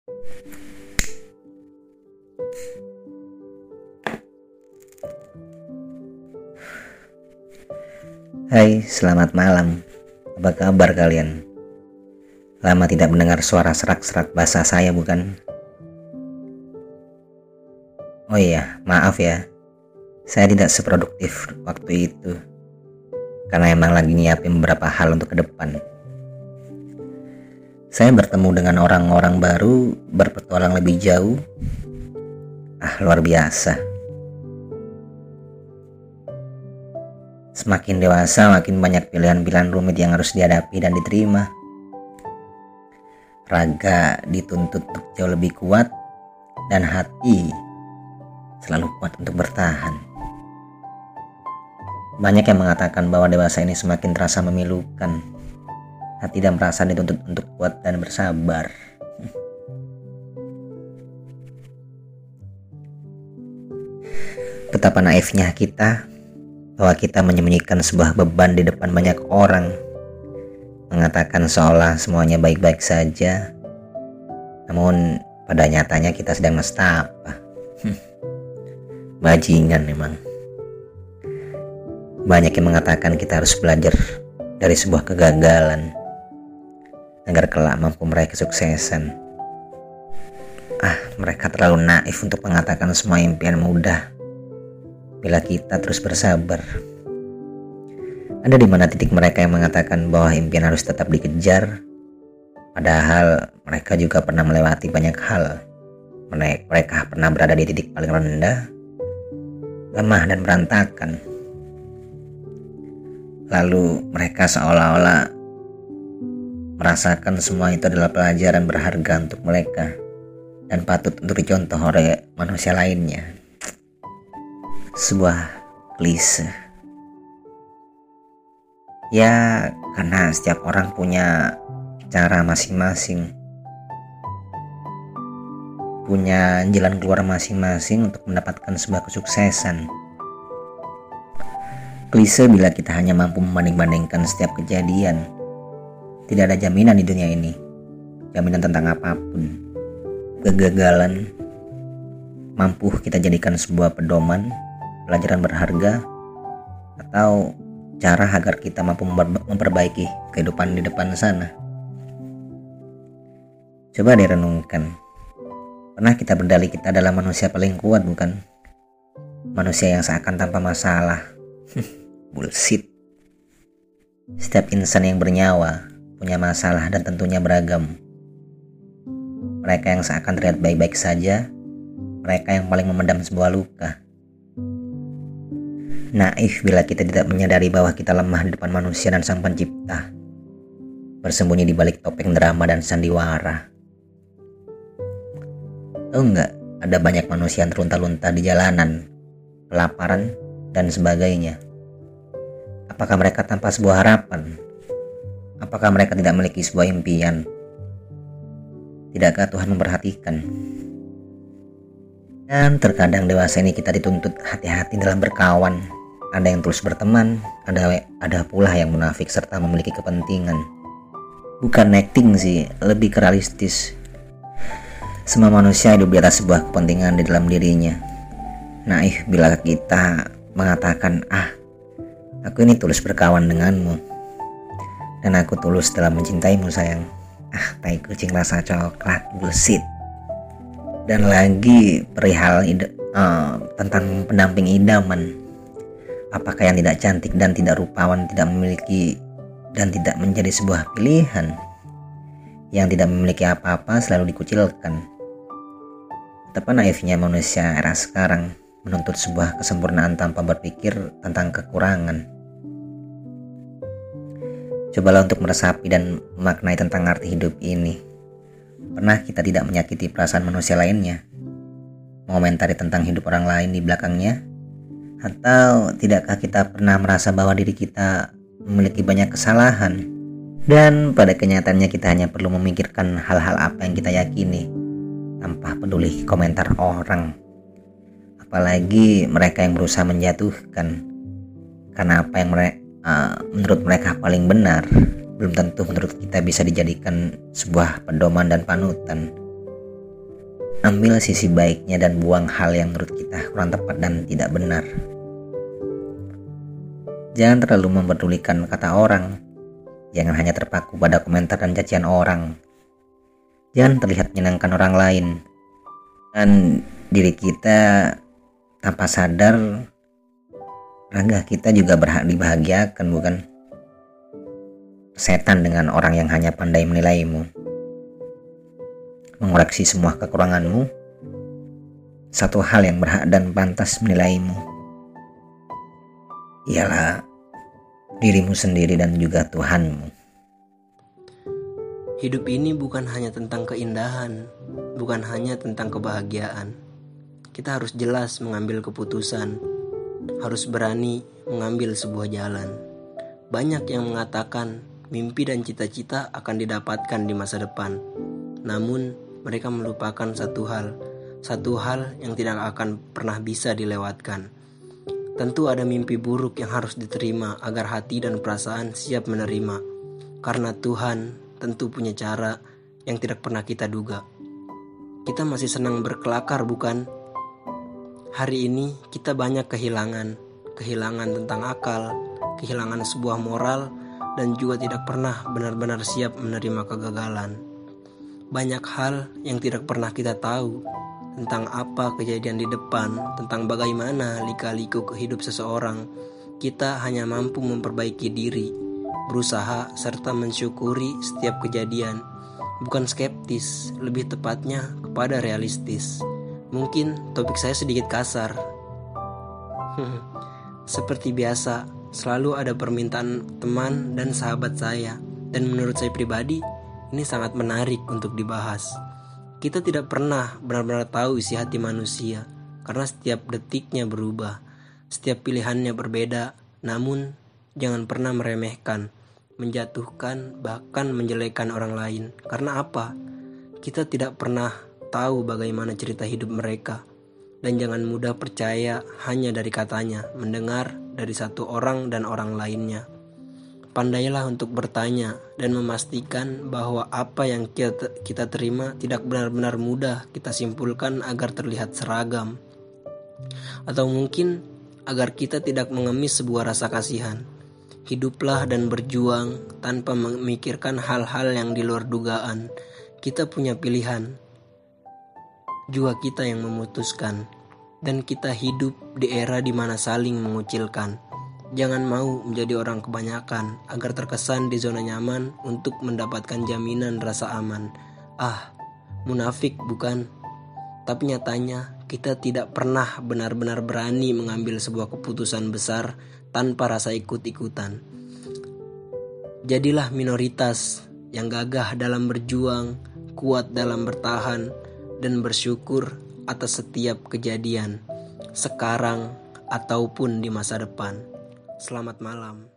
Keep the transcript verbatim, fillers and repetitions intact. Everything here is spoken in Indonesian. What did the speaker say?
Hai, selamat malam. Apa kabar kalian? Lama tidak mendengar suara serak-serak basah saya, bukan? Oh iya, maaf ya. Saya tidak seproduktif waktu itu. Karena emang lagi nyiapin beberapa hal untuk ke depan. Saya bertemu dengan orang-orang baru, berpetualang lebih jauh. Ah, luar biasa. Semakin dewasa, makin banyak pilihan-pilihan rumit yang harus dihadapi dan diterima. Raga dituntut untuk jauh lebih kuat, dan hati selalu kuat untuk bertahan. Banyak yang mengatakan bahwa dewasa ini semakin terasa memilukan. Hati dan perasaan dituntut untuk kuat dan bersabar. Betapa naifnya kita, bahwa kita menyembunyikan sebuah beban di depan banyak orang, mengatakan seolah semuanya baik-baik saja, namun pada nyatanya kita sedang nestapa. Bajingan memang. Banyak yang mengatakan kita harus belajar dari sebuah kegagalan agar kelak mampu meraih kesuksesan. Ah, mereka terlalu naif untuk mengatakan semua impian mudah bila kita terus bersabar. Ada di mana titik mereka yang mengatakan bahwa impian harus tetap dikejar, padahal mereka juga pernah melewati banyak hal. Mereka pernah berada di titik paling rendah, lemah dan berantakan. Lalu mereka seolah-olah merasakan semua itu adalah pelajaran berharga untuk mereka dan patut untuk dicontoh oleh manusia lainnya. Sebuah klise. Ya, karena setiap orang punya cara masing-masing, punya jalan keluar masing-masing untuk mendapatkan sebuah kesuksesan. Klise bila kita hanya mampu membanding-bandingkan setiap kejadian. Tidak ada jaminan di dunia ini, jaminan tentang apapun. Kegagalan mampu kita jadikan sebuah pedoman, pelajaran berharga, atau cara agar kita mampu memperbaiki kehidupan di depan sana. Coba direnungkan. Pernah kita berdalih kita adalah manusia paling kuat, bukan? Manusia yang seakan tanpa masalah. Bullshit. Setiap insan yang bernyawa punya masalah dan tentunya beragam. Mereka yang seakan terlihat baik-baik saja, mereka yang paling memendam sebuah luka. Naif bila kita tidak menyadari bahwa kita lemah di depan manusia dan sang pencipta, bersembunyi di balik topeng drama dan sandiwara. Tahu nggak, ada banyak manusia yang terlunta-lunta di jalanan, kelaparan dan sebagainya. Apakah mereka tanpa sebuah harapan? Apakah mereka tidak memiliki sebuah impian? Tidakkah Tuhan memperhatikan? Dan terkadang dewasa ini kita dituntut hati-hati dalam berkawan. Ada yang tulus berteman, ada ada pula yang munafik serta memiliki kepentingan. Bukan acting sih, lebih ke realistis. Semua manusia hidup di atas sebuah kepentingan di dalam dirinya. Naif bila kita mengatakan, ah, aku ini tulus berkawan denganmu, dan aku tulus dalam mencintaimu sayang. Ah, tai kucing rasa coklat, bullshit. Dan lagi perihal ide, uh, tentang pendamping idaman. Apakah yang tidak cantik dan tidak rupawan tidak memiliki dan tidak menjadi sebuah pilihan? Yang tidak memiliki apa-apa selalu dikucilkan. Betapa naifnya manusia era sekarang menuntut sebuah kesempurnaan tanpa berpikir tentang kekurangan. Cobalah untuk meresapi dan memaknai tentang arti hidup ini. Pernah kita tidak menyakiti perasaan manusia lainnya? Mengomentari tentang hidup orang lain di belakangnya? Atau tidakkah kita pernah merasa bahwa diri kita memiliki banyak kesalahan? Dan pada kenyataannya kita hanya perlu memikirkan hal-hal apa yang kita yakini, tanpa peduli komentar orang. Apalagi mereka yang berusaha menjatuhkan. Karena apa yang mereka, uh, menurut mereka paling benar, belum tentu menurut kita bisa dijadikan sebuah pedoman dan panutan. Ambil sisi baiknya dan buang hal yang menurut kita kurang tepat dan tidak benar. Jangan terlalu mempedulikan kata orang. Jangan hanya terpaku pada komentar dan cacian orang. Jangan terlihat menyenangkan orang lain. Dan diri kita tanpa sadar, raga kita juga berhak dibahagiakan, bukan? Setan dengan orang yang hanya pandai menilaimu, mengoreksi semua kekuranganmu. Satu hal yang berhak dan pantas menilaimu ialah dirimu sendiri dan juga Tuhanmu. Hidup ini bukan hanya tentang keindahan, bukan hanya tentang kebahagiaan. Kita harus jelas mengambil keputusan, harus berani mengambil sebuah jalan. Banyak yang mengatakan mimpi dan cita-cita akan didapatkan di masa depan. Namun mereka melupakan satu hal, satu hal yang tidak akan pernah bisa dilewatkan. Tentu ada mimpi buruk yang harus diterima agar hati dan perasaan siap menerima. Karena Tuhan tentu punya cara yang tidak pernah kita duga. Kita masih senang berkelakar, bukan? Hari ini kita banyak kehilangan, kehilangan tentang akal, kehilangan sebuah moral, dan juga tidak pernah benar-benar siap menerima kegagalan. Banyak hal yang tidak pernah kita tahu tentang apa kejadian di depan, tentang bagaimana lika-liku kehidup seseorang. Kita hanya mampu memperbaiki diri, berusaha serta mensyukuri setiap kejadian. Bukan skeptis, lebih tepatnya kepada realistis. Mungkin topik saya sedikit kasar. Seperti biasa, selalu ada permintaan teman dan sahabat saya. Dan menurut saya pribadi, ini sangat menarik untuk dibahas. Kita tidak pernah benar-benar tahu isi hati manusia, karena setiap detiknya berubah, setiap pilihannya berbeda. Namun, jangan pernah meremehkan, menjatuhkan, bahkan menjelekkan orang lain. Karena apa? Kita tidak pernah tahu bagaimana cerita hidup mereka. Dan jangan mudah percaya hanya dari katanya, mendengar dari satu orang dan orang lainnya. Pandailah untuk bertanya dan memastikan bahwa apa yang kita, kita terima tidak benar-benar mudah kita simpulkan agar terlihat seragam. Atau mungkin agar kita tidak mengemis sebuah rasa kasihan. Hiduplah dan berjuang tanpa memikirkan hal-hal yang di luar dugaan. Kita punya pilihan. Juga kita yang memutuskan. Dan kita hidup di era di mana saling mengucilkan. Jangan mau menjadi orang kebanyakan agar terkesan di zona nyaman untuk mendapatkan jaminan rasa aman. Ah, munafik bukan? Tapi nyatanya kita tidak pernah benar-benar berani mengambil sebuah keputusan besar tanpa rasa ikut-ikutan. Jadilah minoritas yang gagah dalam berjuang, kuat dalam bertahan, dan bersyukur atas setiap kejadian, sekarang ataupun di masa depan. Selamat malam.